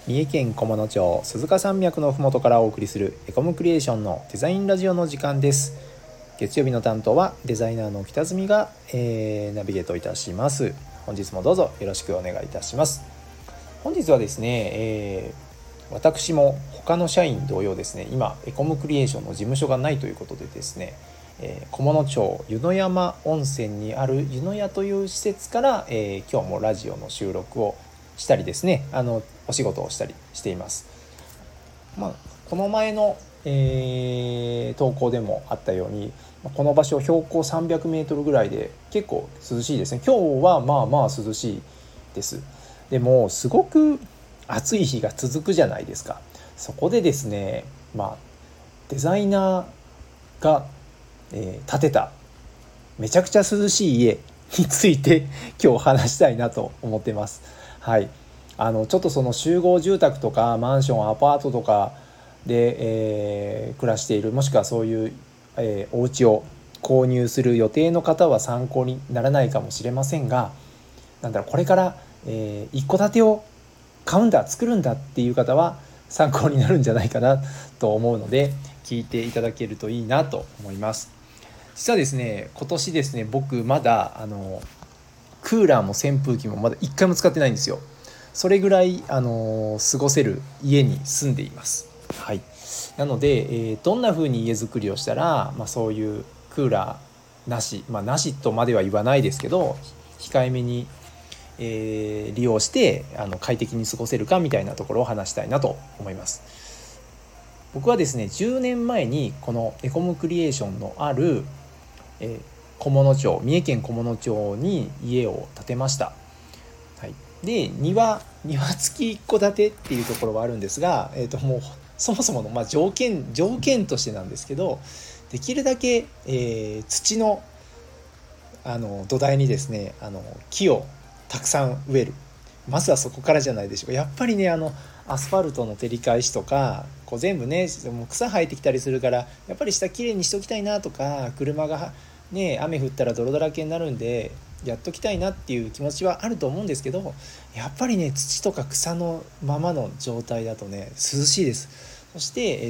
三重県菰野町鈴鹿山脈のふもとからお送りするエコムクリエーションのデザインラジオの時間です。月曜日の担当はデザイナーの北住が、ナビゲートいたします。本日もどうぞよろしくお願いいたします。本日はですね、私も他の社員同様ですね、今エコムクリエーションの事務所がないということでですね、菰野町湯の山温泉にある湯の屋という施設から、今日もラジオの収録をしたりですね、お仕事をしたりしています。この前の、投稿でもあったように、この場所標高300メートルぐらいで結構涼しいですね。今日はまあまあ涼しいです。でもすごく暑い日が続くじゃないですか。そこでですね、デザイナーが、建てためちゃくちゃ涼しい家について今日話したいなと思ってます。はい、ちょっとその集合住宅とかマンションアパートとかで、暮らしている、もしくはそういう、お家を購入する予定の方は参考にならないかもしれませんが、これから、一戸建てを買うんだ作るんだっていう方は参考になるんじゃないかなと思うので、聞いていただけるといいなと思います。実はですね、今年ですね、僕まだクーラーも扇風機もまだ一回も使ってないんですよ。それぐらい過ごせる家に住んでいます。はい、なので、どんな風に家づくりをしたら、そういうクーラーなし、なしとまでは言わないですけど、控えめに、利用して快適に過ごせるかみたいなところを話したいなと思います。僕はですね、10年前にこのエコムクリエーションのある菰野町、三重県菰野町に家を建てました。はい、で庭付き一戸建てっていうところはあるんですが、もうそもそもの、条件としてなんですけど、できるだけ、土の土台にですね、木をたくさん植える。まずはそこからじゃないでしょうか。やっぱりね、アスファルトの照り返しとかこう全部ね、もう草生えてきたりするから、やっぱり下きれいにしときたいなとか、車がね雨降ったら泥だらけになるんでやっときたいなっていう気持ちはあると思うんですけど、やっぱりね、土とか草のままの状態だとね涼しいです。そして、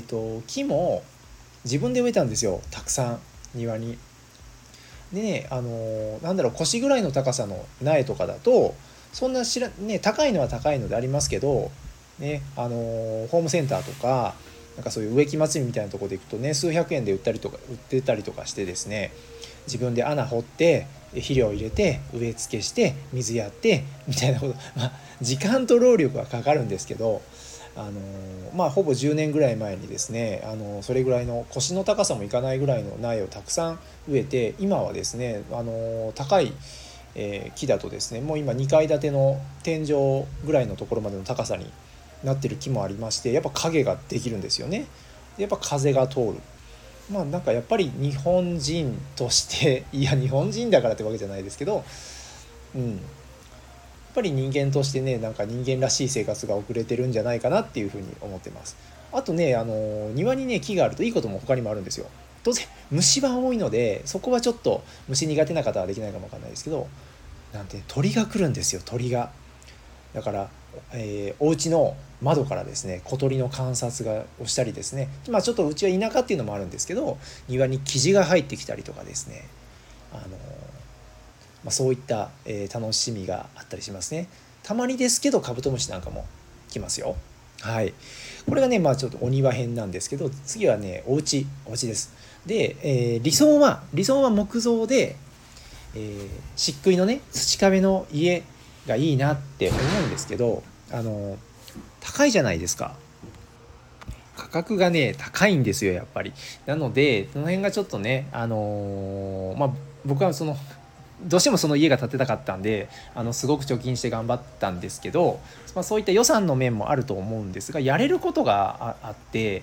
木も自分で植えたんですよ、たくさん庭に。でね、腰ぐらいの高さの苗とかだとそんな高いのは高いのでありますけど、ね、ホームセンターとかそういう植木祭りみたいなところで行くとね、数百円で売ってたりとかしてですね、自分で穴掘って肥料入れて植え付けして水やってみたいなこと、時間と労力はかかるんですけど、ほぼ10年ぐらい前にですね、それぐらいの腰の高さもいかないぐらいの苗をたくさん植えて、今はですね、高い、木だとですね、もう今2階建ての天井ぐらいのところまでの高さになってる木もありまして、やっぱ影ができるんですよね。やっぱ風が通る。やっぱり日本人としていや日本人だからってわけじゃないですけど、やっぱり人間としてね、人間らしい生活が送れてるんじゃないかなっていうふうに思ってます。あとね、庭にね木があるといいことも他にもあるんですよ。当然虫は多いので、そこはちょっと虫苦手な方はできないかもわかんないですけど、鳥が来るんですよ、鳥が。だから、お家の窓からですね、小鳥の観察をしたりですね、ちょっとうちは田舎っていうのもあるんですけど、庭にキジが入ってきたりとかですね、あのそういった、楽しみがあったりしますね。たまにですけどカブトムシなんかも来ますよ。はい、これがね、ちょっとお庭編なんですけど、次はね、お家です。で、理想は木造で、漆喰のね土壁の家がいいなって思うんですけど、高いじゃないですか。価格がね高いんですよ、やっぱり。なのでその辺がちょっとね、僕はどうしてもその家が建てたかったんで、すごく貯金して頑張ったんですけど、そういった予算の面もあると思うんですが、やれることがあって、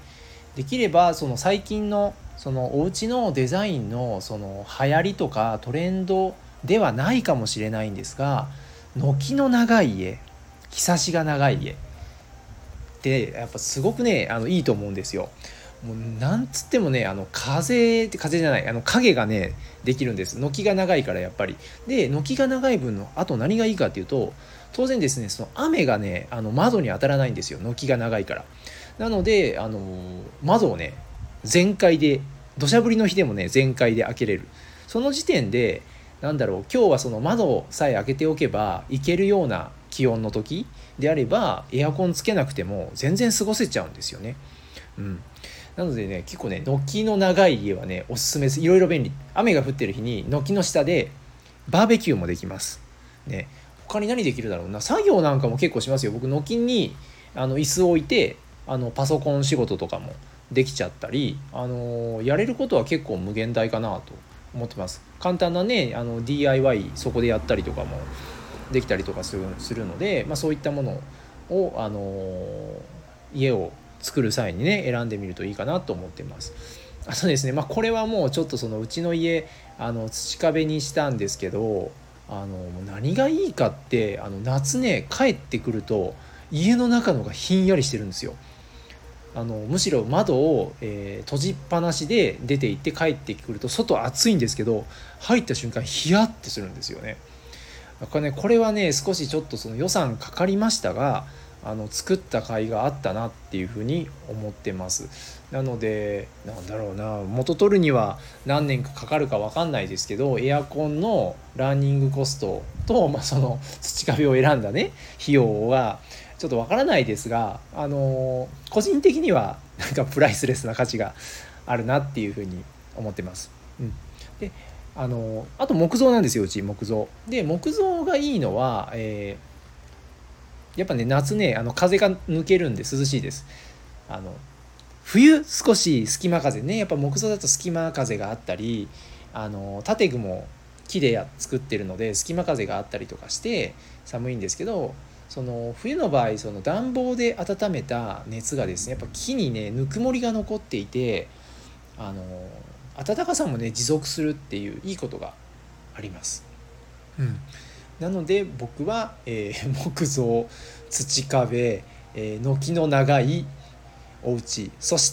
できればその最近のそのお家のデザインのその流行りとかトレンドではないかもしれないんですが、軒の長い家、ひさしが長い家ってやっぱすごくねいいと思うんですよ。 もうなんつってもね風じゃない影がねできるんです。軒が長いからやっぱり。で軒が長い分のあと何がいいかっていうと、当然ですねその雨がね窓に当たらないんですよ、軒が長いから。なので窓をね全開で、土砂降りの日でもね全開で開けれる。その時点で今日はその窓さえ開けておけばいけるような気温の時であればエアコンつけなくても全然過ごせちゃうんですよね。なのでね結構ね軒の長い家はねおすすめです。いろいろ便利。雨が降ってる日に軒の下でバーベキューもできますね。他に何できるだろうな。作業なんかも結構しますよ。僕軒に椅子を置いてパソコン仕事とかもできちゃったり、やれることは結構無限大かなと思ってます。簡単なねDIY そこでやったりとかもできたりとかするので、そういったものを、家を作る際にね選んでみるといいかなと思ってます。あとですね、これはもうちょっとそのうちの家土壁にしたんですけど、何がいいかって夏ね帰ってくると家の中のがひんやりしてるんですよ。むしろ窓を、閉じっぱなしで出て行って帰ってくると外暑いんですけど、入った瞬間ヒヤッてするんですよね。だからねこれはね少しちょっとその予算かかりましたが作った甲斐があったなっていうふうに思ってます。なので元取るには何年かかかるか分かんないですけど、エアコンのランニングコストと、その土壁を選んだね費用はちょっと分からないですが、個人的にはプライスレスな価値があるなっていうふうに思ってます。であと木造なんですよ、うち木造で。木造がいいのは、やっぱね夏ね風が抜けるんで涼しいです。冬少し隙間風ね、やっぱ木造だと隙間風があったり建具も木で作ってるので隙間風があったりとかして寒いんですけど、その冬の場合その暖房で温めた熱がですねやっぱ木にねぬくもりが残っていて暖かさもね持続するっていういいことがあります。なので僕は、木造土壁、軒の長いお家、そして、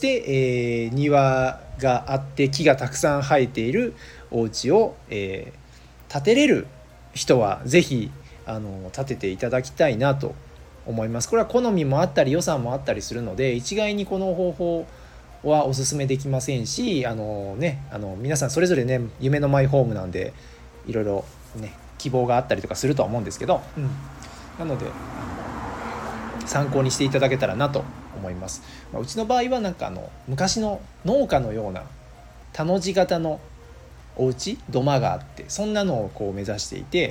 庭があって木がたくさん生えているお家を、建てれる人はぜひ建てていただきたいなと思います。これは好みもあったり予算もあったりするので一概にこの方法はおすすめできませんし、皆さんそれぞれね夢のマイホームなんでいろいろね希望があったりとかするとは思うんですけど、なので参考にしていただけたらなと思います。うちの場合は昔の農家のような田の字型のお家土間があってそんなのをこう目指していて、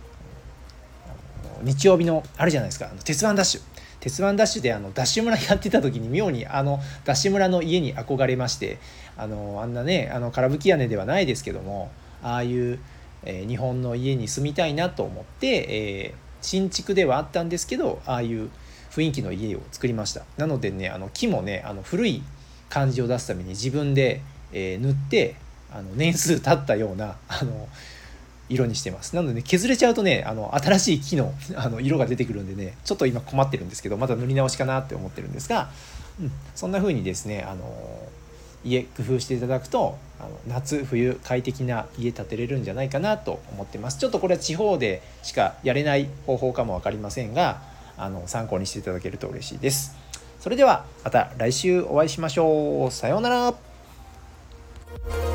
日曜日のあるじゃないですか鉄腕ダッシュでダッシュ村やってた時に妙にダッシュ村の家に憧れまして、あんなねからぶき屋根ではないですけどもああいう、日本の家に住みたいなと思って、新築ではあったんですけどああいう雰囲気の家を作りました。なのでね木もね古い感じを出すために自分で、塗って年数経ったような色にしてます。なので、ね、削れちゃうとね新しい木の色が出てくるんでねちょっと今困ってるんですけどまた塗り直しかなって思ってるんですが、そんな風にですね家工夫していただくと夏冬快適な家建てれるんじゃないかなと思ってます。ちょっとこれは地方でしかやれない方法かも分かりませんが参考にしていただけると嬉しいです。それではまた来週お会いしましょう。さようなら。